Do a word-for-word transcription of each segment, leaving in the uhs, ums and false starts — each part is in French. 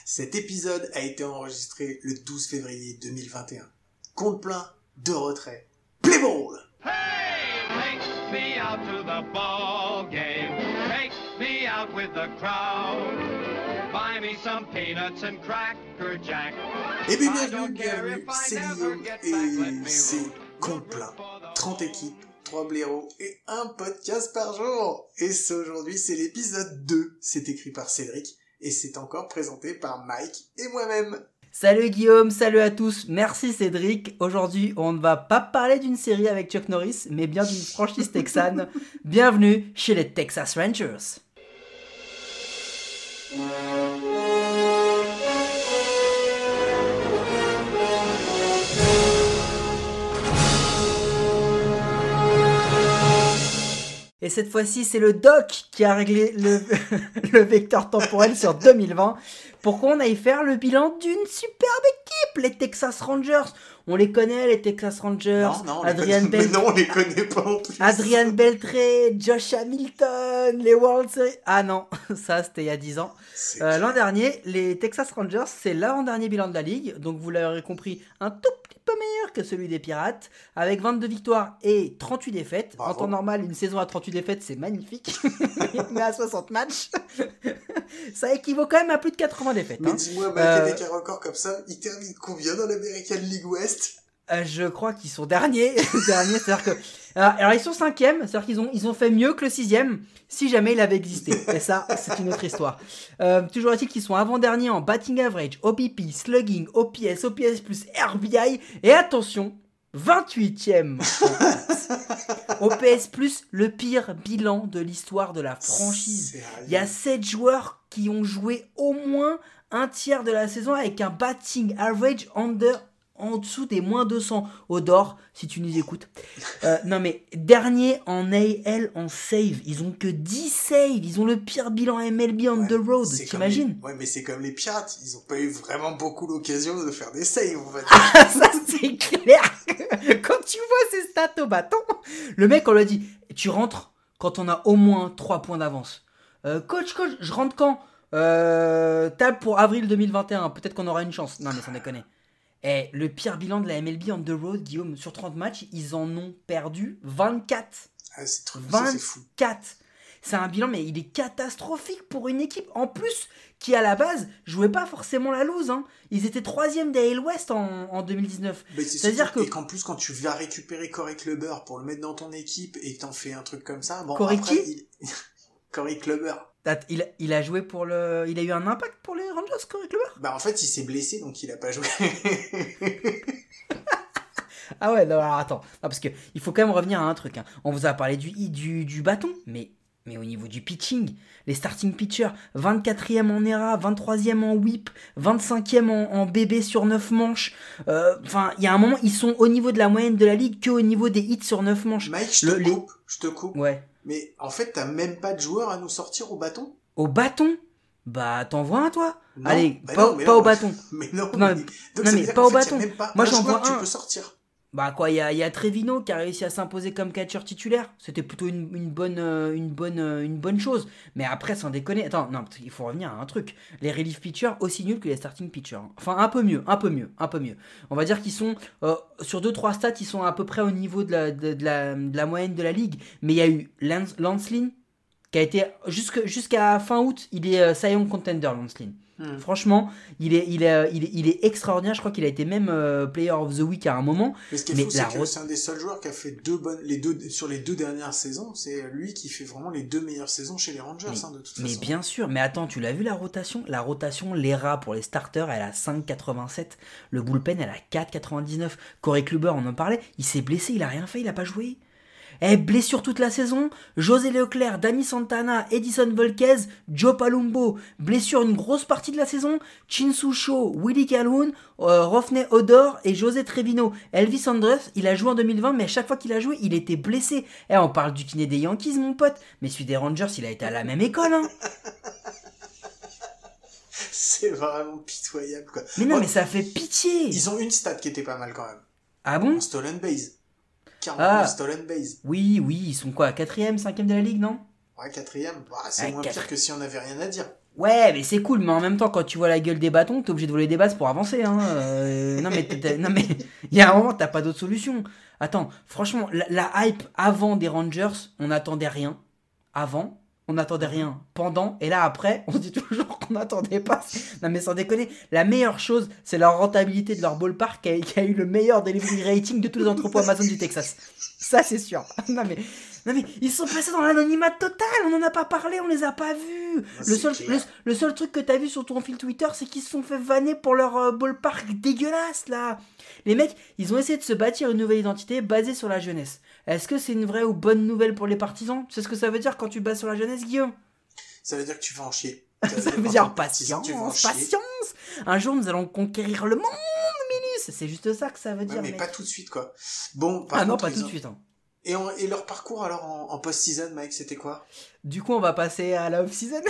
Cet épisode a été enregistré le douze février deux mille vingt et un. Compte plein, de retrait. Play ball! Hey, take me out to the ball game. Take me out with the crowd. Buy me some peanuts and cracker jack. Et bien bienvenue, bienvenue, c'est Guillaume et c'est Compte plein. trente équipes, trois blaireaux et un podcast par jour. Et c'est aujourd'hui, c'est l'épisode deux. C'est écrit par Cédric et c'est encore présenté par Mike et moi-même. Salut Guillaume, salut à tous, merci Cédric. Aujourd'hui, on ne va pas parler d'une série avec Chuck Norris, mais bien d'une franchise texane. Bienvenue chez les Texas Rangers. Et cette fois-ci, c'est le Doc qui a réglé le, le vecteur temporel sur deux mille vingt pour qu'on aille faire le bilan d'une superbe équipe, les Texas Rangers. On les connaît, les Texas Rangers. Non, non, on Adrian les connaît, Bel- mais non, on les connaît pas en plus. Adrian Beltré, Josh Hamilton, les World Series. Ah non, ça c'était il y a dix ans. C'est Euh, clair. l'an dernier, les Texas Rangers, c'est l'avant-dernier bilan de la ligue. Donc vous l'aurez compris, un tout petit peu meilleur que celui des Pirates. Avec vingt-deux victoires et trente-huit défaites. Bravo. En temps normal, une saison à trente-huit défaites, c'est magnifique. Mais à soixante matchs, ça équivaut quand même à plus de quatre-vingts défaites. Mais hein. dis-moi, Euh, Mike, avec un record comme ça, il termine combien dans l'American League West? Euh, je crois qu'ils sont derniers. derniers c'est-à-dire que... Alors, alors, ils sont cinquièmes, c'est-à-dire qu'ils ont, ils ont fait mieux que le sixième, si jamais il avait existé. Et ça, c'est une autre histoire. Euh, toujours est-il qu'ils sont avant-derniers en batting average, O B P, slugging, O P S, O P S plus, R B I. Et attention, vingt-huitième O P S plus, le pire bilan de l'histoire de la franchise. Sérieux. Il y a sept joueurs qui ont joué au moins un tiers de la saison avec un batting average under en dessous des moins deux cents. Odor, si tu nous écoutes. Euh, non mais, dernier en A L en save. Ils ont que dix saves. Ils ont le pire bilan M L B on Ouais, the road. c'est comme T'imagines? les- Ouais, mais c'est comme les Pirates. Ils ont pas eu vraiment beaucoup l'occasion de faire des saves, on va dire. Ah, ça c'est clair. Quand tu vois ces stats au bâton, le mec on lui a dit, tu rentres quand on a au moins trois points d'avance. Euh, coach, coach, je rentre quand? Euh, table pour avril deux mille vingt et un. Peut-être qu'on aura une chance. Non mais sans déconner. Eh, le pire bilan de la M L B on the road, Guillaume, sur trente matchs, ils en ont perdu vingt-quatre. Ah, c'est trop, ça, c'est fou. vingt-quatre. C'est un bilan, mais il est catastrophique pour une équipe, en plus, qui à la base jouait pas forcément la loose. Hein. Ils étaient troisième d'A L West en, en deux mille dix-neuf. Mais c'est C'est-à-dire surtout- que- Et qu'en plus, quand tu vas récupérer Corey Kluber pour le mettre dans ton équipe et que t'en fais un truc comme ça, bon, Corey après, qui il... Corey Kluber. Att- Il, il a joué pour le. Il a eu un impact pour les Rangers, Corey Kluber? Bah, en fait, il s'est blessé, donc il a pas joué. Ah ouais, non, alors attends. Non, parce que il faut quand même revenir à un truc. Hein. On vous a parlé du, du, du bâton, mais, mais au niveau du pitching, les starting pitchers, vingt-quatrième en E R A, vingt-troisième en whip, vingt-cinquième en, en B B sur neuf manches. Enfin, il y a un moment, ils sont au niveau de la moyenne de la ligue que au niveau des hits sur neuf manches. Mike, je Le- te les- coupe, je te coupe. Ouais. Mais en fait, t'as même pas de joueur à nous sortir au bâton? Au bâton? Bah, t'en vois un, toi? Non, Allez, bah pas, non, mais pas non. au bâton. Mais non, Non, mais... mais- donc non, ça veut mais dire pas qu'en au fait, y a bâton. même pas Moi, un j'en joueur vois que tu un. peux sortir. Bah quoi, il y a, il y a Trevino qui a réussi à s'imposer comme catcheur titulaire. C'était plutôt une, une bonne, euh, une, bonne, euh, une bonne chose. Mais après, sans déconner... Attends, non, parce qu'il faut revenir à un truc. Les relief pitchers, aussi nuls que les starting pitchers. hein. Enfin, un peu mieux, un peu mieux, un peu mieux. On va dire qu'ils sont... euh, sur deux trois stats, ils sont à peu près au niveau de la, de, de la, de la moyenne de la ligue. Mais il y a eu Lance, Lance Lynn, qui a été... Jusque, jusqu'à fin août, il est euh, Cy Young contender, Lance Lynn. Hmm. Franchement, il est, il, est, il, est, il est extraordinaire. Je crois qu'il a été même euh, Player of the Week à un moment. Mais ce qui est Mais fou, c'est la que route- c'est un des seuls joueurs qui a fait deux bonnes, les deux, sur les deux dernières saisons, c'est lui qui fait vraiment les deux meilleures saisons chez les Rangers, Mais, hein, de toute mais façon. bien sûr, mais attends, tu l'as vu la rotation? La rotation, l'E R A pour les starters, elle a cinq virgule quatre-vingt-sept. Le bullpen, elle a quatre virgule quatre-vingt-dix-neuf. Corey Kluber, on en parlait, il s'est blessé, il a rien fait, il a pas joué. Eh, blessure toute la saison. José Leclerc, Danny Santana, Edison Volquez, Joe Palumbo. Blessure une grosse partie de la saison. Chin-Soo Cho, Willie Calhoun, euh, Rougned Odor et José Trevino. Elvis Andrus, il a joué en deux mille vingt, mais à chaque fois qu'il a joué, il était blessé. Eh, on parle du kiné des Yankees, mon pote. Mais celui des Rangers, il a été à la même école, hein. C'est vraiment pitoyable, quoi. Mais non, Oh, mais ça fait pitié. Ils ont une stat qui était pas mal quand même. Ah bon? En stolen base. quarante Ah. stolen base. Oui, oui, ils sont quoi, quatrième, cinquième de la ligue, non? Ouais, quatrième. Bah, c'est Ouais, moins quatre- pire que si on avait rien à dire. Ouais, mais c'est cool, mais en même temps, quand tu vois la gueule des bâtons, t'es obligé de voler des bases pour avancer. Hein. Euh, non, mais non, mais il y a un moment, t'as pas d'autre solution. Attends, franchement, la, la hype avant des Rangers, on n'attendait rien. Avant, on n'attendait rien. Pendant, et là après, on dit toujours qu'on n'attendait pas. Non, mais sans déconner, la meilleure chose, c'est la rentabilité de leur ballpark qui a, qui a eu le meilleur delivery rating de tous les entrepôts Amazon du Texas. Ça, c'est sûr. Non, mais. Non mais ils sont passés dans l'anonymat total, on n'en a pas parlé, on les a pas vus. Le seul, le, le seul truc que t'as vu sur ton fil Twitter, c'est qu'ils se sont fait vanner pour leur euh, ballpark dégueulasse là. Les mecs, ils ont essayé de se bâtir une nouvelle identité basée sur la jeunesse. Est-ce que c'est une vraie ou bonne nouvelle pour les partisans ? Tu sais ce que ça veut dire quand tu bases sur la jeunesse, Guillaume ? Ça veut dire que tu vas en chier. Ça, ça veut dire patience, patience. Un jour nous allons conquérir le monde, Minus. C'est juste ça que ça veut dire. Ouais, mais mec. pas tout de suite quoi. Bon, par ah non, contre, pas tout ont... de suite. Hein. Et, on, et leur parcours alors en, en post-season, Mike, c'était quoi ? Du coup, on va passer à la off-season.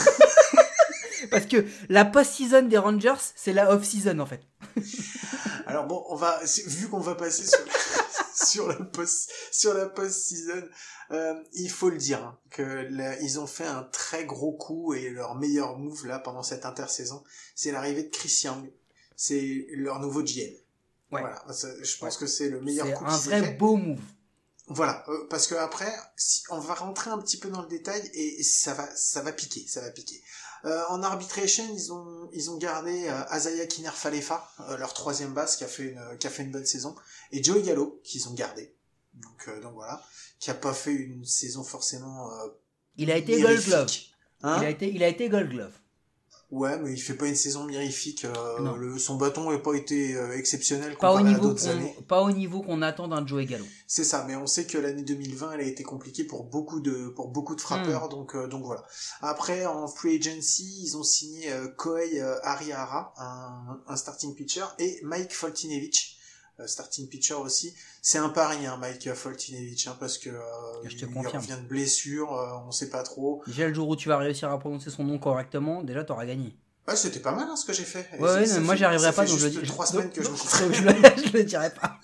Parce que la post-season des Rangers, c'est la off-season en fait. Alors bon, on va vu qu'on va passer sur sur la post sur la post-season, euh, il faut le dire hein, que là, ils ont fait un très gros coup et leur meilleur move là pendant cette intersaison, c'est l'arrivée de Chris Young. C'est leur nouveau G M. Ouais. Voilà, je pense ouais. que c'est le meilleur c'est coup. C'est un vrai fait. beau move. Voilà, euh, parce que après, si, on va rentrer un petit peu dans le détail et, et ça va, ça va piquer, ça va piquer. Euh, en arbitration, ils ont, ils ont gardé euh, Azaya Kiner-Falefa, euh, leur troisième base qui a fait une, qui a fait une bonne saison, et Joey Gallo qu'ils ont gardé. Donc, euh, donc voilà, qui a pas fait une saison forcément. Euh, il a été Gold Glove. Hein il a été, il a été Gold Glove. Ouais, mais il fait pas une saison mirifique. Euh, le, son bâton n'a pas été euh, exceptionnel pas comparé au niveau à d'autres années. Pas au niveau qu'on attend d'un Joey Gallo. C'est ça, mais on sait que l'année deux mille vingt, elle a été compliquée pour beaucoup de pour beaucoup de frappeurs, mmh. donc euh, donc voilà. Après, en free agency, ils ont signé euh, Kohei euh, Arihara, un, un starting pitcher, et Mike Foltynewicz, euh, starting pitcher aussi. C'est un pari, hein, Mike Foltynewicz, hein, parce que euh, Je te il, confirme. il revient de blessure, euh, on sait pas trop. Déjà le jour où tu vas réussir à prononcer son nom correctement, déjà t'auras gagné. Ouais, c'était pas mal hein, ce que j'ai fait. Ouais, ouais non, moi j'y arriverai pas, donc je dis. trois semaines que je me suis je, le, je le dirai pas.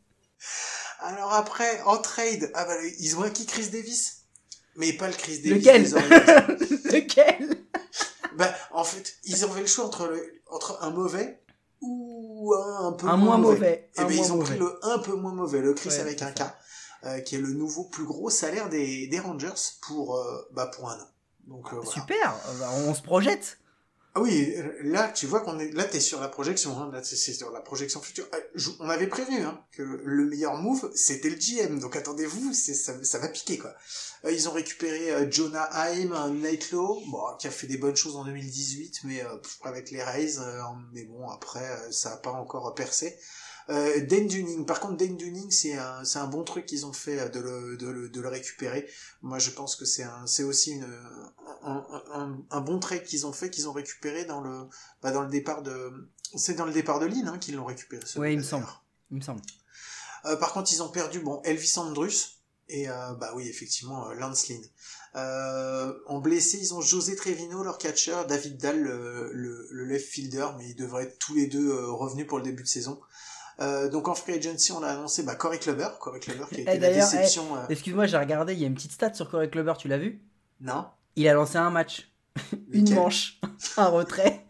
Alors après, en trade, ah bah, ils ont acquis Chris Davis. Mais pas le Chris Davis. Lequel Lequel Bah, en fait, ils avaient le choix entre, le, entre un mauvais ou un, un peu un moins, moins mauvais. mauvais. Et ben ils ont mauvais. pris le un peu moins mauvais, le Chris ouais, avec un K, euh, qui est le nouveau plus gros salaire des, des Rangers pour, euh, bah, pour un an. Donc, euh, voilà. Super, on se projette. Ah oui, là, tu vois qu'on est, là, t'es sur la projection, hein, là, c'est sur la projection future. On avait prévu, hein, que le meilleur move, c'était le G M, donc attendez-vous, c'est, ça, ça va piquer, quoi. Euh, ils ont récupéré euh, Jonah Heim, un Nightlaw, bon, qui a fait des bonnes choses en deux mille dix-huit, mais, euh, avec les Rays, euh, mais bon, après, euh, ça a pas encore percé. Euh, Dane Dunning, par contre Dane Dunning c'est un c'est un bon truc qu'ils ont fait de le de le de le récupérer. Moi je pense que c'est un c'est aussi une un, un, un bon trade qu'ils ont fait qu'ils ont récupéré dans le bah dans le départ de c'est dans le départ de Lynn hein, qu'ils l'ont récupéré. Ouais, il me semble. Il me semble. Euh, par contre ils ont perdu bon Elvis Andrus et euh, bah oui effectivement euh, Lance Lynn. Euh, en blessé ils ont José Trevino leur catcher, David Dahl le, le, le left fielder, mais ils devraient être tous les deux euh, revenus pour le début de saison. Euh, donc en free agency on a annoncé bah, Corey Kluber, Corey Kluber qui a été la déception. Eh, euh... Excuse-moi, j'ai regardé, il y a une petite stat sur Corey Kluber, tu l'as vu ? Non. Il a lancé un match, une manche, un retrait.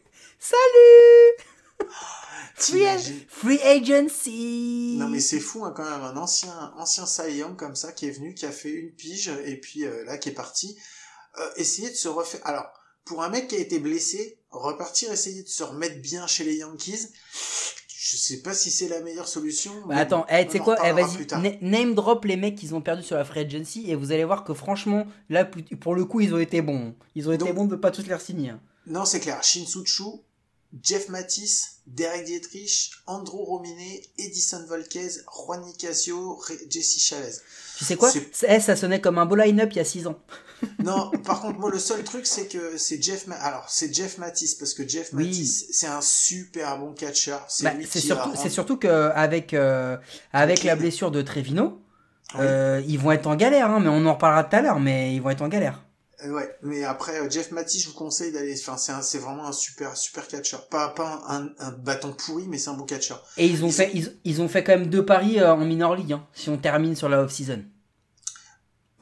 Salut. free, a... free agency. Non mais c'est fou hein, quand même, un ancien ancien Cy Young comme ça qui est venu, qui a fait une pige et puis euh, là qui est parti. Euh, essayer de se refaire. Alors pour un mec qui a été blessé, repartir essayer de se remettre bien chez les Yankees. Je sais pas si c'est la meilleure solution. Bah attends, hey, tu sais quoi, hey, vas-y, na- name drop les mecs qu'ils ont perdu sur la free agency et vous allez voir que franchement, là, pour le coup, ils ont été bons. Ils ont été Donc, bons de pas tous les signer. Hein. Non, c'est clair. Shin-Soo Choo, Jeff Mathis, Derek Dietrich, Andrew Romine, Edison Volquez, Juan Nicasio, Jesse Chavez. Tu sais quoi c'est... ça sonnait comme un beau line-up il y a six ans. Non, par contre, moi, le seul truc, c'est que c'est Jeff... Ma... Alors, c'est Jeff Mathis, parce que Jeff oui. Mathis, c'est un super bon catcher. C'est, bah, lui c'est, qui surtout, a... c'est surtout qu'avec euh, avec okay. la blessure de Trevino, oui. euh, ils vont être en galère, hein, mais on en reparlera tout à l'heure, mais ils vont être en galère. Ouais, mais après Jeff Mathis, je vous conseille d'aller. Enfin, c'est un, c'est vraiment un super super catcher. Pas pas un, un bâton pourri, mais c'est un beau catcher. Et ils ont ils fait sont... ils, ils ont fait quand même deux paris euh, en minor league. Hein, si on termine sur la off season.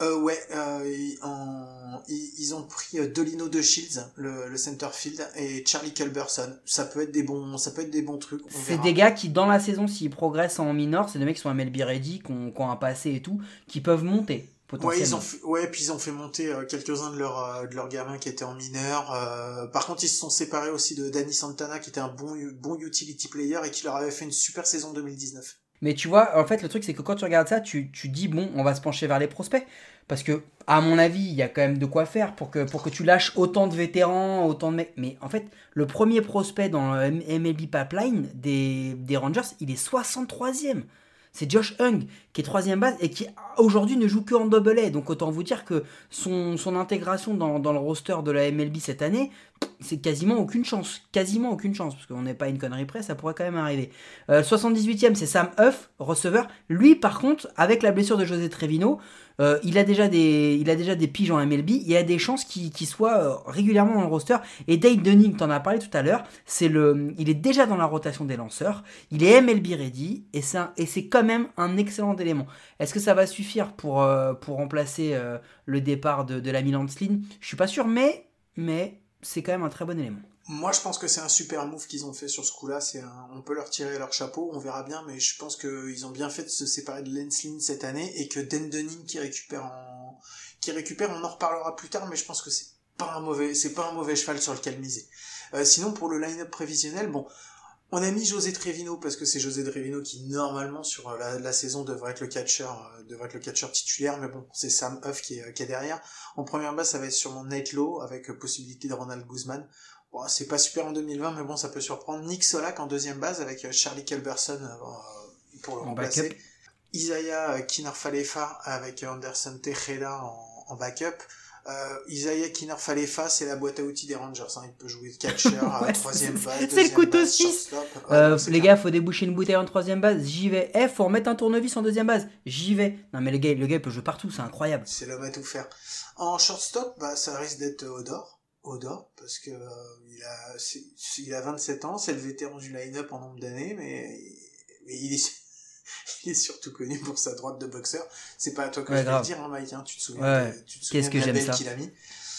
Euh, ouais, euh, ils, en, ils, ils ont pris euh, Dolino de Shields, le, le centerfield, et Charlie Culberson. Ça peut être des bons, ça peut être des bons trucs. On C'est verra. des gars qui, dans la saison, s'ils progressent en minor, c'est des mecs qui sont à M L B ready, qui ont, qui ont un passé et tout, qui peuvent monter Ouais, potentiellement. ils ont fait, ouais, puis ils ont fait monter euh, quelques-uns de leurs euh, de leurs gamins qui étaient en mineur. Euh, par contre, ils se sont séparés aussi de Danny Santana, qui était un bon bon utility player et qui leur avait fait une super saison deux mille dix-neuf. Mais tu vois, en fait, le truc, c'est que quand tu regardes ça, tu, tu dis, bon, on va se pencher vers les prospects. Parce que, à mon avis, il y a quand même de quoi faire pour que, pour que tu lâches autant de vétérans, autant de mecs. Mais en fait, le premier prospect dans le M L B Pipeline des, des Rangers, il est soixante-troisième. C'est Josh Hung, qui est troisième base et qui aujourd'hui ne joue que en double A. Donc autant vous dire que son, son intégration dans, dans le roster de la M L B cette année, c'est quasiment aucune chance. Quasiment aucune chance, parce qu'on n'est pas une connerie près, ça pourrait quand même arriver. Euh, soixante-dix-huitième, c'est Sam Huff, receveur. Lui, par contre, avec la blessure de José Trevino, euh, il, a déjà des, il a déjà des piges en M L B. Il y a des chances qu'il, qu'il soit euh, régulièrement dans le roster. Et Dave Dunning, t'en as parlé tout à l'heure, c'est le, il est déjà dans la rotation des lanceurs. Il est M L B ready et c'est, un, et c'est quand même un excellent élément. Est-ce que ça va suffire pour, euh, pour remplacer euh, le départ de, de l'ami Lancelin ? Je suis pas sûr, mais, mais c'est quand même un très bon élément. Moi, je pense que c'est un super move qu'ils ont fait sur ce coup-là. C'est un... On peut leur tirer leur chapeau, on verra bien, mais je pense qu'ils ont bien fait de se séparer de Lancelin cette année et que Dan Dunning qui récupère en, qui récupère, on en reparlera plus tard, mais je pense que c'est pas un mauvais, c'est pas un mauvais cheval sur lequel miser. Euh, sinon, pour le line-up prévisionnel, bon, on a mis José Trevino parce que c'est José Trevino qui normalement sur la, la saison devrait être le catcher, euh, devrait être le catcher titulaire, mais bon, c'est Sam Huff qui est, qui est derrière. En première base, ça va être sûrement Nate Lowe avec euh, possibilité de Ronald Guzman. Bon, c'est pas super en deux mille vingt, mais bon, ça peut surprendre. Nick Solak en deuxième base avec euh, Charlie Culberson euh, pour le En remplacer. backup. Isaiah euh, Kinar-Falefa avec Anderson Tejeda en, en backup. Euh, Isaiah Kinar-Falefa, c'est la boîte à outils des Rangers. Hein. Il peut jouer catcher à Ouais, troisième c'est- base, c'est le deuxième couteau base, suisse. shortstop. Ouais, Euh, non, c'est les clair. gars, faut déboucher une bouteille en troisième base. J'y vais. Eh, faut remettre un tournevis en deuxième base. J'y vais. Non, mais le gars, le gars il peut jouer partout. C'est incroyable. C'est l'homme à tout faire. En shortstop, bah, ça risque d'être Odor. Odor, parce que euh, il a, c'est, il a vingt-sept ans, c'est le vétéran du line-up en nombre d'années, mais, mais il est, il est surtout connu pour sa droite de boxeur. C'est pas à toi que Ouais, je vais grave. le dire, hein, Mike, hein, tu te souviens, Ouais. de, tu te souviens Qu'est-ce que de la j'aime belle ça. qu'il a mis.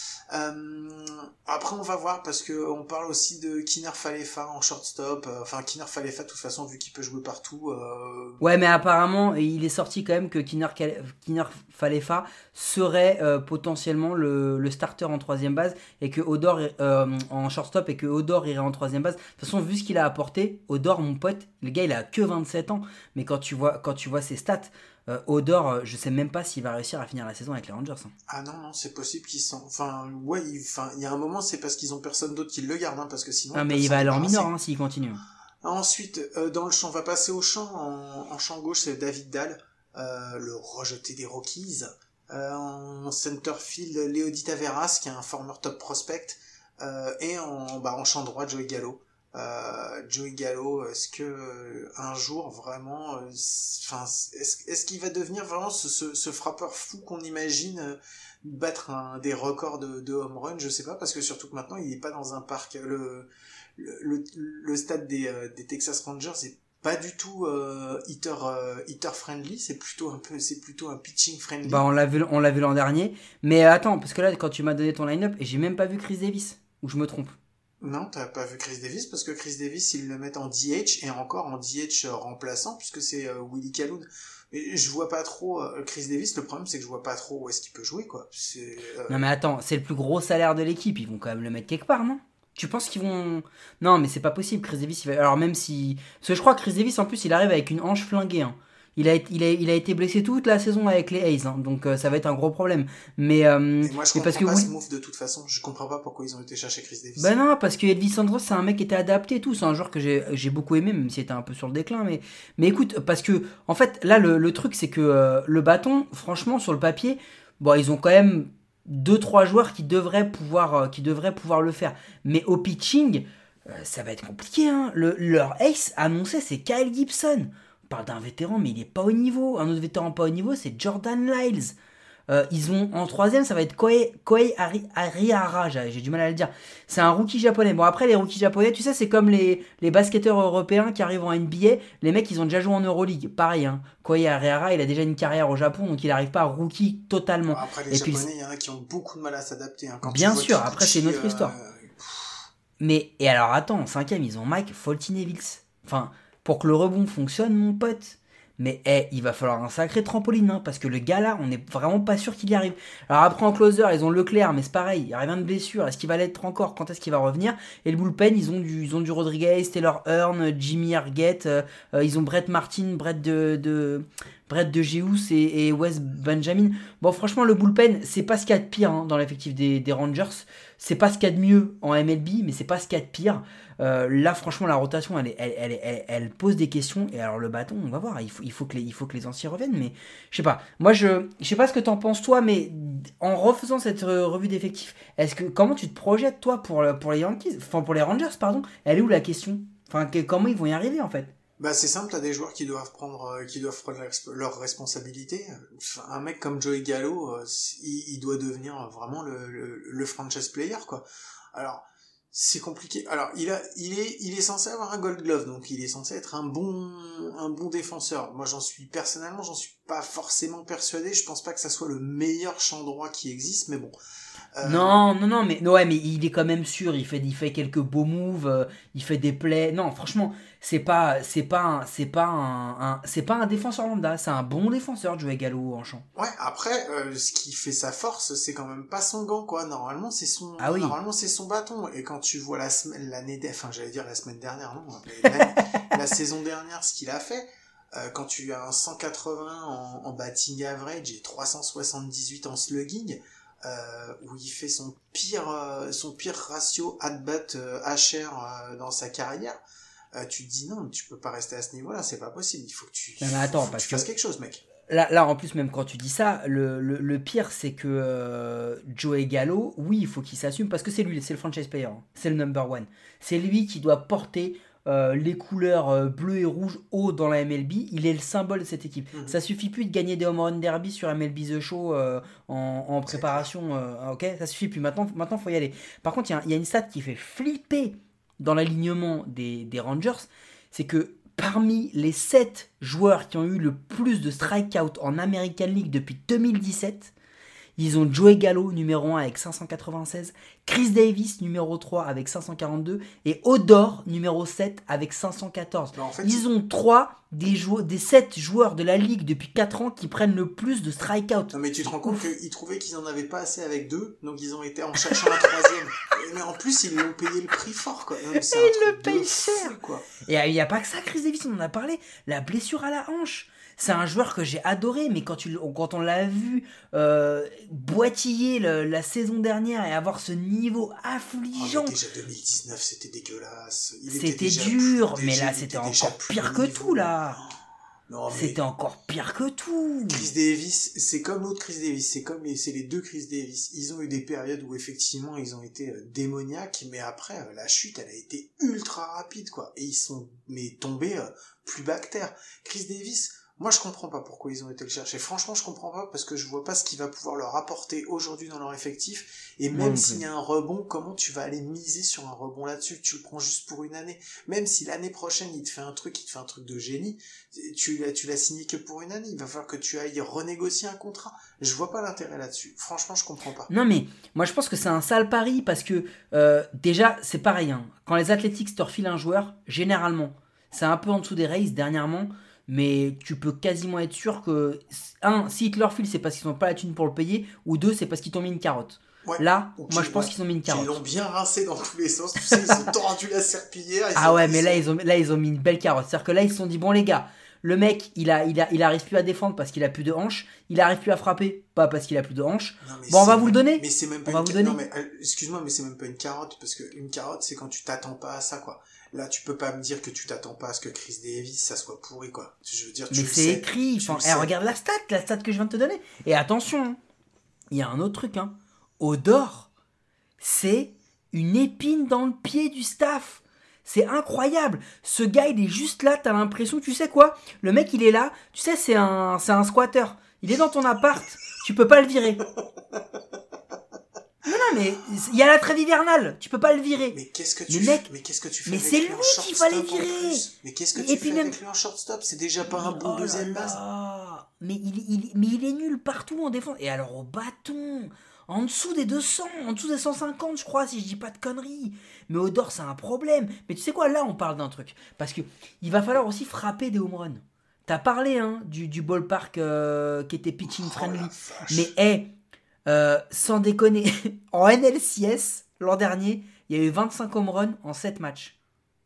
Euh, après, on va voir parce que on parle aussi de Kinar Falefa en shortstop. Euh, Enfin, Kinar Falefa, de toute façon, vu qu'il peut jouer partout. Euh... Ouais, mais apparemment, il est sorti quand même que Kinar, Kale- Kinar Falefa serait euh, potentiellement le, le starter en troisième base et que Odor euh, en shortstop et que Odor irait en troisième base. De toute façon, vu ce qu'il a apporté, Odor, mon pote, le gars, il a que vingt-sept ans. Mais quand tu vois, quand tu vois ses stats, euh, Odor, euh, je sais même pas s'il va réussir à finir la saison avec les Rangers. Hein. Ah non, non, c'est possible qu'ils sont. Enfin, ouais, il enfin, il y a un moment, c'est parce qu'ils ont personne d'autre qui le garde, hein, parce que sinon. Ah, ils mais peuvent il s'en va aller en débarrasser. minor hein, s'il continue. Ensuite, euh, dans le champ, on va passer au champ. En, en champ gauche, c'est David Dahl, euh, le rejeté des Rockies. Euh, en center field, Leody Taveras, qui est un former top prospect. Euh, et en, bah, en champ droit, Joey Gallo. Euh, Joey Gallo, est-ce que euh, un jour vraiment, enfin, euh, est-ce, est-ce qu'il va devenir vraiment ce, ce, ce frappeur fou qu'on imagine euh, battre un, des records de, de home run? Je sais pas, parce que surtout que maintenant il est pas dans un parc. Le le, le, le stade des, euh, des Texas Rangers c'est pas du tout euh, hitter euh, hitter friendly, c'est plutôt un peu, c'est plutôt un pitching friendly. Bah, on l'a vu, on l'a vu l'an dernier. Mais attends, parce que là, quand tu m'as donné ton line-up, et j'ai même pas vu Chris Davis. Ou je me trompe. Non, t'as pas vu Chris Davis, parce que Chris Davis, ils le mettent en D H, et encore en D H remplaçant, puisque c'est euh, Willie Calhoun. Mais je vois pas trop, euh, Chris Davis, le problème c'est que je vois pas trop où est-ce qu'il peut jouer, quoi. C'est, euh... Non mais attends, c'est le plus gros salaire de l'équipe, ils vont quand même le mettre quelque part, non ? Tu penses qu'ils vont... Non mais c'est pas possible, Chris Davis, il va... Alors même si... Parce que je crois que Chris Davis, en plus, il arrive avec une hanche flinguée, hein. Il a, il, a, il a été blessé toute la saison avec les A's, hein, donc euh, ça va être un gros problème. Mais, euh, Et moi je mais comprends parce que pas oui... ce move de toute façon, je comprends pas pourquoi ils ont été chercher Chris Davis. Bah non, parce que Elvis Andrus, c'est un mec qui était adapté et tout, c'est un joueur que j'ai, j'ai beaucoup aimé, même s'il était un peu sur le déclin. Mais, mais écoute, parce que, en fait, là, le, le truc, c'est que euh, le bâton, franchement, sur le papier, bon, ils ont quand même deux trois joueurs qui devraient pouvoir, euh, qui devraient pouvoir le faire. Mais au pitching, euh, ça va être compliqué. Hein. Le, leur ace annoncé, c'est Kyle Gibson. On parle d'un vétéran, mais il est pas au niveau. Un autre vétéran pas au niveau, c'est Jordan Lyles. Euh, ils ont en troisième, ça va être Koei, Koei Ari- Arihara, j'ai, j'ai du mal à le dire. C'est un rookie japonais. Bon, après, les rookies japonais, tu sais, c'est comme les, les basketteurs européens qui arrivent en N B A. Les mecs, ils ont déjà joué en Euroleague. Pareil, hein. Koei Arihara, il a déjà une carrière au Japon, donc il n'arrive pas à rookie totalement. Après, les Et Japonais, puis, il y en a qui ont beaucoup de mal à s'adapter. Hein. Quand bien tu vois sûr, Kikuchi, après, c'est une autre euh, histoire. Mais, et alors, attends, en cinquième, ils ont Mike Foltynewicz. Enfin, pour que le rebond fonctionne, mon pote. Mais eh, il va falloir un sacré trampoline, hein, parce que le gars là, on n'est vraiment pas sûr qu'il y arrive. Alors après en closer, ils ont Leclerc, mais c'est pareil, il revient de blessure. Est-ce qu'il va l'être encore? Quand est-ce qu'il va revenir? Et le bullpen, ils ont du, ils ont du Rodriguez, Taylor Hearn, Jimmy Hargett, euh, euh, ils ont Brett Martin, Brett de, de Brett de Geus et, et Wes Benjamin. Bon, franchement, le bullpen, c'est pas ce qu'il y a de pire hein, dans l'effectif des, des Rangers. C'est pas ce qu'il y a de mieux en M L B, mais c'est pas ce qu'il y a de pire. Euh, là, franchement, la rotation, elle, elle, elle, elle, elle pose des questions. Et alors, le bâton, on va voir. Il faut, il faut, que, les, il faut que les anciens reviennent. Mais je sais pas. Moi, je, je sais pas ce que t'en penses, toi, mais en refaisant cette revue d'effectifs, est-ce que, comment tu te projettes, toi, pour, pour les Yankees, enfin, pour les Rangers, pardon? Elle est où la question? Enfin, que, comment ils vont y arriver, en fait? Bah c'est simple, t'as des joueurs qui doivent prendre, euh, qui doivent prendre leurs responsabilités. Enfin, un mec comme Joey Gallo, euh, il, il doit devenir vraiment le, le, le franchise player, quoi. Alors c'est compliqué. Alors il a, il est, il est censé avoir un Gold Glove, donc il est censé être un bon, un bon défenseur. Moi j'en suis personnellement, j'en suis pas forcément persuadé. Je pense pas que ça soit le meilleur champ droit qui existe, mais bon. Euh... Non, non, non, mais ouais, mais il est quand même sûr. Il fait, il fait quelques beaux moves. Euh, il fait des plays. Non, franchement, c'est pas, c'est pas, un, c'est pas un, un, c'est pas un défenseur lambda. C'est un bon défenseur, Joey Gallo en champ. Ouais. Après, euh, ce qui fait sa force, c'est quand même pas son gant, quoi. Normalement, c'est son, ah oui. normalement, c'est son bâton. Et quand tu vois la semaine, l'année, enfin, j'allais dire la semaine dernière, non, la, la saison dernière, ce qu'il a fait. Euh, quand tu as un cent quatre-vingts en, en batting average et trois cent soixante-dix-huit en slugging. Euh, où il fait son pire euh, son pire ratio at-bat euh, H R euh, dans sa carrière, euh, tu te dis non, tu peux pas rester à ce niveau-là, c'est pas possible, il faut que tu, non, mais attends, faut, faut parce que tu fasses que quelque chose, mec. Là, là, en plus, même quand tu dis ça, le, le, le pire, c'est que euh, Joey Gallo, oui, il faut qu'il s'assume, parce que c'est lui, c'est le franchise player, hein, c'est le number one. C'est lui qui doit porter Euh, les couleurs euh, bleu et rouge haut dans la M L B, il est le symbole de cette équipe. Mmh. Ça suffit plus de gagner des home run derby sur M L B The Show euh, en, en préparation, euh, ok, ça suffit plus. Maintenant, maintenant faut y aller. Par contre, il y, y a une stat qui fait flipper dans l'alignement des, des Rangers, c'est que parmi les sept joueurs qui ont eu le plus de strikeouts en American League depuis deux mille dix-sept, ils ont Joey Gallo numéro un avec cinq cent quatre-vingt-seize, Chris Davis numéro trois avec cinq cent quarante-deux et Odor numéro sept avec cinq cent quatorze. En fait, ils ont trois des, jou- des sept joueurs de la ligue depuis quatre ans qui prennent le plus de strikeouts. Non mais tu te rends compte qu'ils trouvaient qu'ils en avaient pas assez avec deux, donc ils ont été en cherchant un troisième. Mais en plus ils l'ont payé le prix fort, quoi. Non, et ils le payent cher, quoi. Et il n'y a pas que ça, Chris Davis, on en a parlé, la blessure à la hanche. C'est un joueur que j'ai adoré, mais quand, tu, quand on l'a vu euh, boitiller le, la saison dernière et avoir ce niveau affligeant... Oh, mais déjà deux mille dix-neuf, c'était dégueulasse. Il c'était dur, plus, mais déjà, là, c'était encore pire que niveau. tout, là. Non, mais c'était encore pire que tout. Chris Davis, c'est comme l'autre Chris Davis, c'est comme les, c'est les deux Chris Davis. Ils ont eu des périodes où effectivement ils ont été euh, démoniaques, mais après euh, la chute, elle a été ultra rapide, quoi. Et ils sont mais tombés euh, plus bas que terre. Chris Davis... Moi, je comprends pas pourquoi ils ont été le chercher. Franchement, je comprends pas parce que je vois pas ce qu'il va pouvoir leur apporter aujourd'hui dans leur effectif. Et même s'il y a un rebond, comment tu vas aller miser sur un rebond là-dessus? Tu le prends juste pour une année. Même si l'année prochaine, il te fait un truc, il te fait un truc de génie, tu l'as, tu l'as signé que pour une année. Il va falloir que tu ailles renégocier un contrat. Je vois pas l'intérêt là-dessus. Franchement, je comprends pas. Non, mais moi, je pense que c'est un sale pari parce que, euh, déjà, c'est pareil, hein. Quand les Athletics te refilent un joueur, généralement, c'est un peu en dessous des Rays dernièrement. Mais tu peux quasiment être sûr que, un, s'ils te leur filent, c'est parce qu'ils n'ont pas la thune pour le payer, ou deux, c'est parce qu'ils t'ont mis une carotte. Ouais. Là, okay, moi je pense ouais. qu'ils ont mis une carotte. Ils l'ont bien rincé dans tous les sens, tu sais, ils ont tordu la serpillière. Ah ouais, mais là ils, ont, là, ils ont mis une belle carotte. C'est-à-dire que là, ils se sont dit, bon les gars, le mec, il, a, il, a, il arrive plus à défendre parce qu'il a plus de hanches, il arrive plus à frapper, pas parce qu'il a plus de hanches. Non, bon, on va vous le donner. Mais c'est même pas on va une vous donner. Non, mais euh, excuse-moi, mais c'est même pas une carotte, parce qu'une carotte, c'est quand tu t'attends pas à ça, quoi. Là, tu peux pas me dire que tu t'attends pas à ce que Chris Davis, ça soit pourri, quoi. Je veux dire, tu mais le c'est sais, écrit. Enfin, hey, regarde la stat, la stat que je viens de te donner. Et attention, il y a un autre truc, hein. Odor, c'est une épine dans le pied du staff. C'est incroyable. Ce gars, il est juste là, t'as l'impression, tu sais quoi? Le mec, il est là, tu sais, c'est un, c'est un squatter. Il est dans ton appart. Tu peux pas le virer. Non, non, mais il y a la trêve hivernale. Tu peux pas le virer. Mais qu'est-ce que tu mais mec, fais Mais qu'est-ce que tu fais mais avec c'est lui lui en qu'il fallait shortstop en virer. plus Mais qu'est-ce que Et tu puis fais même- avec lui en shortstop? C'est déjà pas un bon Oh là deuxième là. base. Mais il, il, mais il est nul partout en défense. Et alors au bâton, en dessous des deux cents, en dessous des cent cinquante, je crois, si je dis pas de conneries. Mais Odor, c'est un problème. Mais tu sais quoi, là, on parle d'un truc. Parce que il va falloir aussi frapper des home runs. T'as parlé hein, du, du ballpark euh, qui était pitching Oh friendly. la vache. Mais hey, euh, sans déconner, en N L C S, l'an dernier, il y a eu vingt-cinq home runs en sept matchs.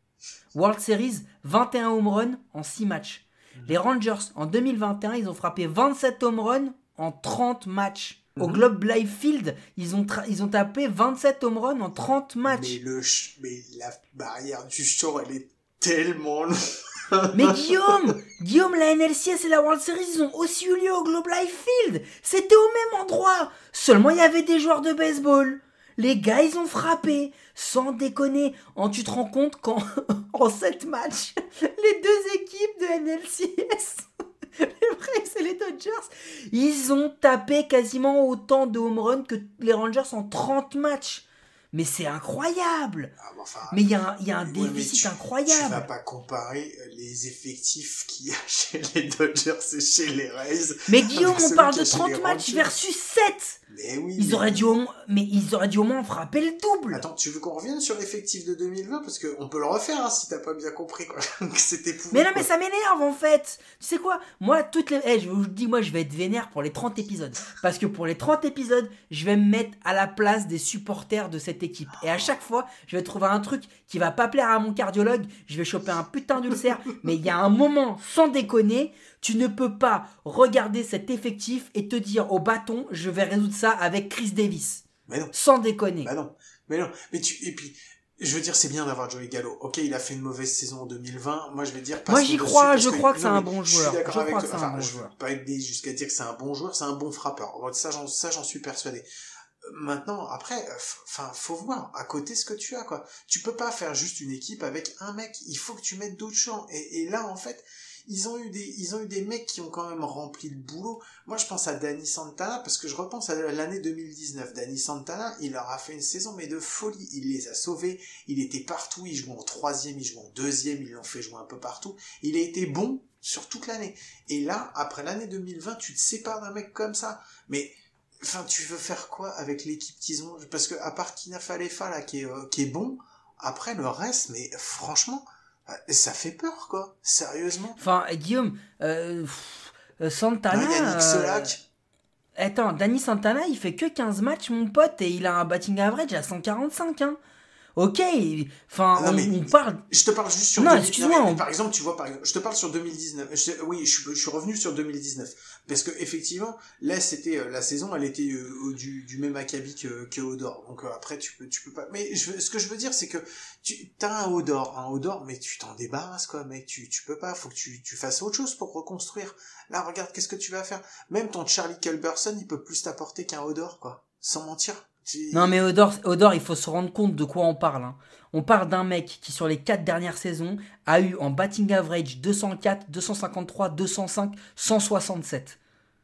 World Series, vingt et un home runs en six matchs. Les Rangers, en deux mille vingt et un, ils ont frappé vingt-sept home runs en trente matchs. Au Mhm. Globe Life Field, ils ont, tra- ils ont tapé vingt-sept home runs en trente matchs. Mais, le ch- mais la barrière du short, elle est tellement longue. Mais Guillaume, Guillaume, la N L C S et la World Series, ils ont aussi eu lieu au Globe Life Field. C'était au même endroit. Seulement, il y avait des joueurs de baseball. Les gars, ils ont frappé. Sans déconner. En, tu te rends compte qu'en en sept matchs, les deux équipes de N L C S, les Braves et les Dodgers, ils ont tapé quasiment autant de home runs que les Rangers en trente matchs. Mais c'est incroyable. Ah, mais enfin, Mais il y a un, il y a un ouais, mais déficit tu- incroyable. Tu vas pas comparer les effectifs qu'il y a chez les Dodgers et chez les Rays. Mais Guillaume, avec on celui parle qu'il y de a chez trente les matchs Rangers. versus sept. Mais oui. Ils mais- auraient dû au moins, mais ils auraient dû au moins frapper le double. Attends, tu veux qu'on revienne sur l'effectif de deux mille vingt? Parce qu'on peut le refaire hein, si t'as pas bien compris quoi. Que c'était pourri. Mais non, quoi. mais ça m'énerve en fait. Tu sais quoi? Moi, toutes les. Eh, je vous dis, moi, je vais être vénère pour les trente épisodes. Parce que pour les trente épisodes, je vais me mettre à la place des supporters de cette équipe. Et à chaque fois, je vais trouver un truc qui va pas plaire à mon cardiologue. Je vais choper un putain d'ulcère. Mais il y a un moment, sans déconner, tu ne peux pas regarder cet effectif et te dire au bâton, je vais résoudre ça avec Chris Davis. Mais non. Sans déconner. Bah non. Mais non. Mais tu, et puis, je veux dire, c'est bien d'avoir Joey Gallo. Ok, il a fait une mauvaise saison en deux mille vingt. Moi, je vais dire, Moi, passons j'y dessus crois, parce je crois que c'est non, un mais bon je suis joueur. d'accord Je avec crois que toi. c'est un Enfin, bon je veux joueur. pas aider jusqu'à dire que c'est un bon joueur, c'est un bon frappeur. Ça, j'en, ça, j'en suis persuadé. Maintenant, après, enfin, faut voir à côté ce que tu as, quoi. Tu peux pas faire juste une équipe avec un mec. Il faut que tu mettes d'autres gens. Et, et là, en fait, ils ont eu des, ils ont eu des mecs qui ont quand même rempli le boulot. Moi, je pense à Danny Santana parce que je repense à l'année deux mille dix-neuf. Danny Santana, il leur a fait une saison mais de folie. Il les a sauvés. Il était partout. Il jouait en troisième, il jouait en deuxième. Ils l'ont fait jouer un peu partout. Il a été bon sur toute l'année. Et là, après l'année deux mille vingt, tu te sépares d'un mec comme ça. Mais enfin, tu veux faire quoi avec l'équipe qu'ils ont? Parce que à part Kina Falefa là, qui est, euh, qui est bon, après le reste, mais franchement, euh, ça fait peur, quoi. Sérieusement. Enfin, Guillaume, euh, pff, euh, Santana. Non, Yannick euh, Solak. Attends, Danny Santana, il fait que quinze matchs, mon pote, et il a un batting average à cent quarante-cinq, hein. Ok, enfin, Non, on, mais- on parle. Je te parle juste sur... Non, deux mille excuse-moi, mais on- Par exemple, tu vois, par exemple, je te parle sur deux mille dix-neuf. Je- oui, je, suis- je suis revenu sur deux mille dix-neuf. Parce que, effectivement, là, c'était, euh, la saison, elle était euh, du, du même acabit que, que Odor. Donc, euh, après, tu peux, tu peux pas... Mais je, veux- ce que je veux dire, c'est que tu as un Odor, un Odor, mais tu t'en débarrasses, quoi, mec. Tu, tu peux pas, faut que tu, tu fasses autre chose pour reconstruire. Là, regarde, qu'est-ce que tu vas faire? Même ton Charlie Culberson, il peut plus t'apporter qu'un Odor, quoi. Sans mentir. Tu- Non, mais Odor, Odor, il faut se rendre compte de quoi on parle, hein. On parle d'un mec qui, sur les quatre dernières saisons, a eu en batting average deux cent quatre, deux cent cinquante-trois, deux cent cinq, cent soixante-sept.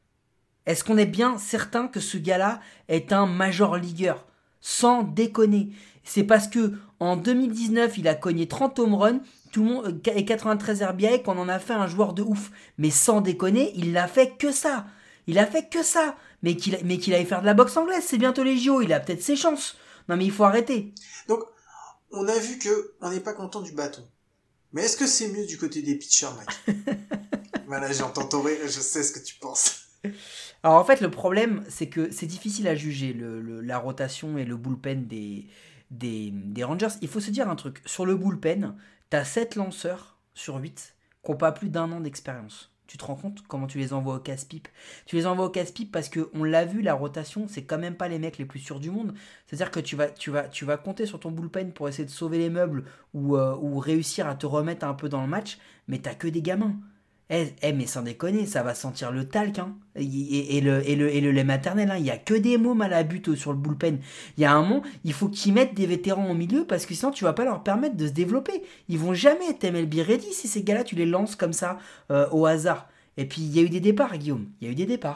Est-ce qu'on est bien certain que ce gars-là est un major leagueur? Sans déconner. C'est parce que en deux mille dix-neuf, il a cogné trente home runs tout le monde, et quatre-vingt-treize R B I qu'on en a fait un joueur de ouf. Mais sans déconner, il l'a fait que ça. Il a fait que ça. Mais qu'il, mais qu'il aille faire de la boxe anglaise, c'est bientôt les J O, il a peut-être ses chances. Non mais il faut arrêter. Donc, on a vu que on n'est pas content du bâton. Mais est-ce que c'est mieux du côté des pitchers, mec? Voilà, j'entends ton rire et je sais ce que tu penses. Alors en fait, le problème, c'est que c'est difficile à juger le, le- la rotation et le bullpen des, des, des Rangers. Il faut se dire un truc. Sur le bullpen, t'as sept lanceurs sur huit qui n'ont pas plus d'un an d'expérience. Tu te rends compte comment tu les envoies au casse-pipe? Tu les envoies au casse-pipe parce que on l'a vu, la rotation, c'est quand même pas les mecs les plus sûrs du monde. C'est-à-dire que tu vas, tu vas, tu vas compter sur ton bullpen pour essayer de sauver les meubles ou, euh, ou réussir à te remettre un peu dans le match, mais t'as que des gamins. Eh, eh, mais sans déconner, ça va sentir le talc, hein. Et, et- et le, et, le, et le lait maternel, hein. Il y a que des mômes à la butte sur le bullpen. Il y a un moment, il faut qu'ils mettent des vétérans au milieu parce que sinon tu vas pas leur permettre de se développer. Ils vont jamais être M L B ready si ces gars-là tu les lances comme ça euh, au hasard. Et puis il y a eu des départs, Guillaume. Il y a eu des départs.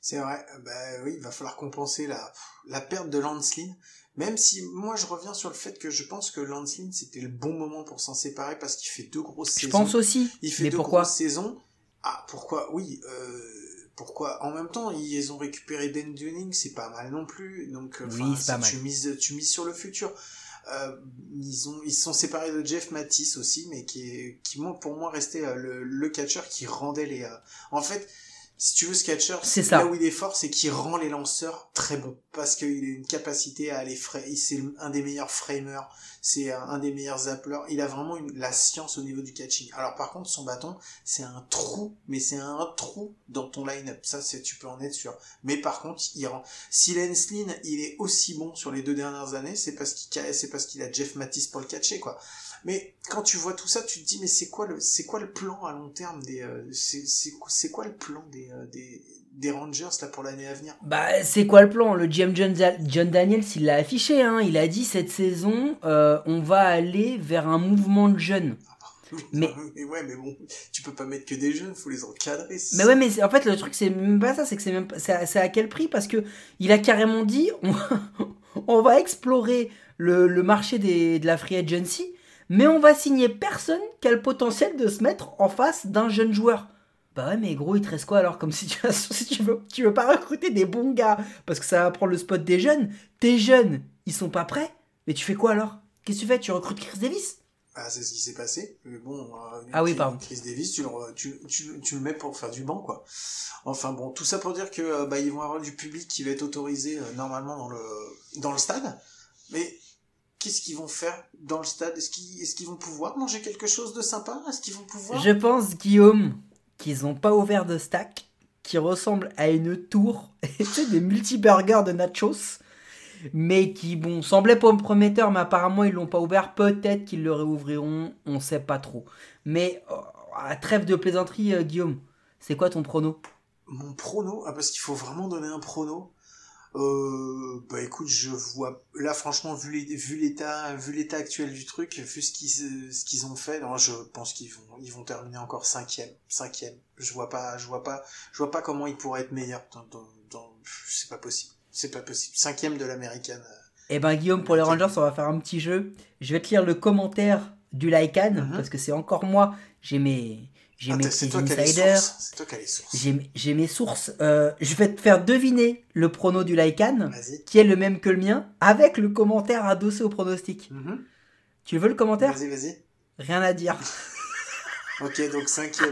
C'est vrai, bah oui, il va falloir compenser la, la perte de Lance Lynn, même si moi je reviens sur le fait que je pense que Lance Lynn c'était le bon moment pour s'en séparer parce qu'il fait deux grosses Je saisons. pense aussi. Il fait mais deux pourquoi grosses saisons. Ah, pourquoi? Oui, euh, pourquoi? En même temps, ils ont récupéré Ben Dunning, c'est pas mal non plus, donc Oui, enfin, c'est pas tu mal. mises, tu mises sur le futur. Euh, ils ont, ils se sont séparés de Jeff Mattis aussi, mais qui est, qui pour moi restait euh, le, le catcheur qui rendait les. Euh... En fait, si tu veux, ce catcheur, c'est ça. Là où il est fort, c'est qu'il rend les lanceurs très bons, parce qu'il a une capacité à aller fra... c'est un des meilleurs framers, c'est un des meilleurs zappleurs. Il a vraiment une, la science au niveau du catching. Alors par contre, son bâton, c'est un trou, mais c'est un trou dans ton line-up. Ça, c'est, tu peux en être sûr. Mais par contre, il rend. Si Lance Lynn, il est aussi bon sur les deux dernières années, c'est parce qu'il, c'est parce qu'il a Jeff Mattis pour le catcher, quoi. Mais quand tu vois tout ça, tu te dis mais c'est quoi le c'est quoi le plan à long terme des euh, c'est c'est c'est quoi le plan des euh, des des Rangers là pour l'année à venir? Bah c'est quoi le plan? Le G M John, John Daniels il l'a affiché, hein. Il a dit cette saison euh, on va aller vers un mouvement de jeunes. Mais... mais ouais mais bon tu peux pas mettre que des jeunes, faut les encadrer. Mais ouais mais en fait le truc c'est même pas ça, c'est que c'est même c'est à, c'est à quel prix? Parce que il a carrément dit on, on va explorer le, le marché des, de la free agency. Mais on va signer personne qui a le potentiel de se mettre en face d'un jeune joueur. Bah ouais, mais gros, il te reste quoi alors? Comme si tu, si tu veux, tu veux pas recruter des bons gars parce que ça va prendre le spot des jeunes. Tes jeunes, ils sont pas prêts. Mais tu fais quoi alors? Qu'est-ce que tu fais? Tu recrutes Chris Davis? Ah, c'est ce qui s'est passé. Mais bon, euh, ah oui, pardon. Chris Davis, tu le, tu, tu, tu le mets pour faire du banc, quoi. Enfin bon, tout ça pour dire que euh, bah ils vont avoir du public qui va être autorisé euh, normalement dans le dans le stade. Mais qu'est-ce qu'ils vont faire dans le stade? Est-ce qu'ils, est-ce qu'ils vont pouvoir manger quelque chose de sympa? Est-ce qu'ils vont pouvoir... Je pense, Guillaume, qu'ils n'ont pas ouvert de stack qui ressemble à une tour, tu sais, des multi-burgers de nachos, mais qui, bon, semblaient pas prometteurs, mais apparemment, ils l'ont pas ouvert. Peut-être qu'ils le réouvriront, on sait pas trop. Mais, oh, à trêve de plaisanterie, euh, Guillaume, c'est quoi ton prono? Mon prono? Ah, parce qu'il faut vraiment donner un prono. Euh, bah écoute, je vois là franchement vu les, vu l'état vu l'état actuel du truc, vu ce qu'ils ce qu'ils ont fait, non, je pense qu'ils vont ils vont terminer encore cinquième cinquième. Je vois pas je vois pas je vois pas comment ils pourraient être meilleurs dans, dans, dans c'est pas possible c'est pas possible cinquième de l'américaine. Eh ben Guillaume, pour les Rangers on va faire un petit jeu. Je vais te lire le commentaire du Lycan, mm-hmm. parce que c'est encore moi, j'ai mes J'ai ah, mes petits insiders, c'est toi qui as les sources. J'ai, j'ai mes sources. Euh, je vais te faire deviner le prono du Lycan, Vas-y. Qui est le même que le mien, avec le commentaire adossé au pronostic. Mm-hmm. Tu veux le commentaire? Vas-y, vas-y. Rien à dire. Ok, donc cinquième.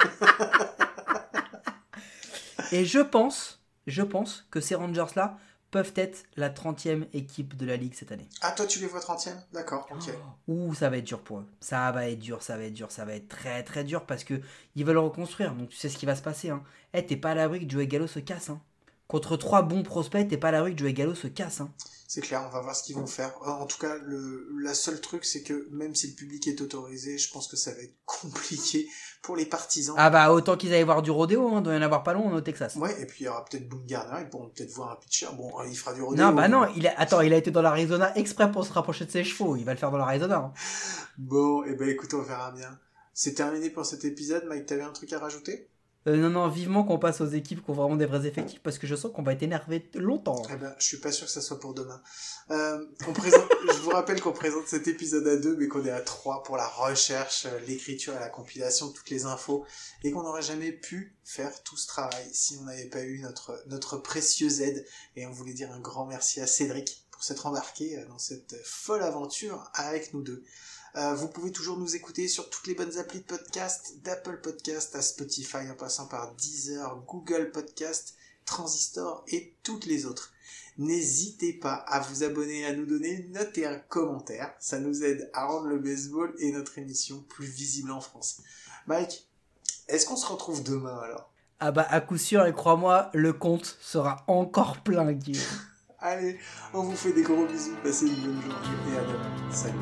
Et je pense, je pense que ces Rangers-là peuvent être la trentième équipe de la Ligue cette année. Ah, toi tu les vois trentième? D'accord, ok. Ouh, ça va être dur pour eux. Ça va être dur, ça va être dur, ça va être très très dur parce que ils veulent reconstruire. Donc tu sais ce qui va se passer. Hein. Eh, hey, t'es pas à l'abri que Joey Gallo se casse. Hein. Contre trois bons prospects, t'es pas à l'abri que Joey Gallo se casse. Hein. C'est clair, on va voir ce qu'ils vont faire. En tout cas, le la seule truc, c'est que même si le public est autorisé, je pense que ça va être compliqué pour les partisans. Ah bah autant qu'ils aillent voir du rodéo, hein, doit y en avoir pas long au Texas. Ouais, et puis il y aura peut-être Boone Garner, ils pourront peut-être voir un pitcher. Bon, il fera du rodéo. Non, bah non, il a... attends, il a été dans l'Arizona exprès pour se rapprocher de ses chevaux. Il va le faire dans l'Arizona. Hein. Bon, et ben écoute, on verra bien. C'est terminé pour cet épisode. Mike, t'avais un truc à rajouter? Euh, non, non, vivement qu'on passe aux équipes qui ont vraiment des vrais effectifs parce que je sens qu'on va être énervé longtemps. Eh ben, je suis pas sûr que ça soit pour demain. Euh, on présente, je vous rappelle qu'on présente cet épisode à deux, mais qu'on est à trois pour la recherche, l'écriture et la compilation de toutes les infos, et qu'on n'aurait jamais pu faire tout ce travail si on n'avait pas eu notre, notre précieuse aide. Et on voulait dire un grand merci à Cédric pour s'être embarqué dans cette folle aventure avec nous deux. Euh, vous pouvez toujours nous écouter sur toutes les bonnes applis de podcast, d'Apple Podcast à Spotify en passant par Deezer, Google Podcast, Transistor et toutes les autres. N'hésitez pas à vous abonner, à nous donner une note et un commentaire. Ça nous aide à rendre le baseball et notre émission plus visible en France. Mike, est-ce qu'on se retrouve demain alors? Ah bah à coup sûr, et crois-moi, le compte sera encore plein, Guillaume. Allez, on vous fait des gros bisous, passez une bonne journée et à demain. Salut.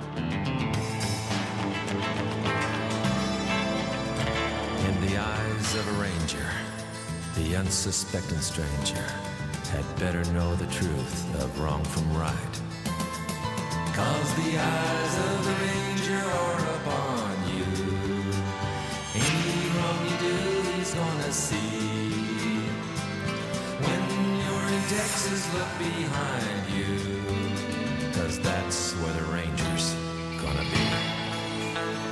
In the eyes of a ranger, the unsuspecting stranger had better know the truth of wrong from right. 'Cause the eyes of the ranger are upon you. Any wrong you do, he's gonna see. Texas, look behind you, 'cause that's where the Rangers gonna be.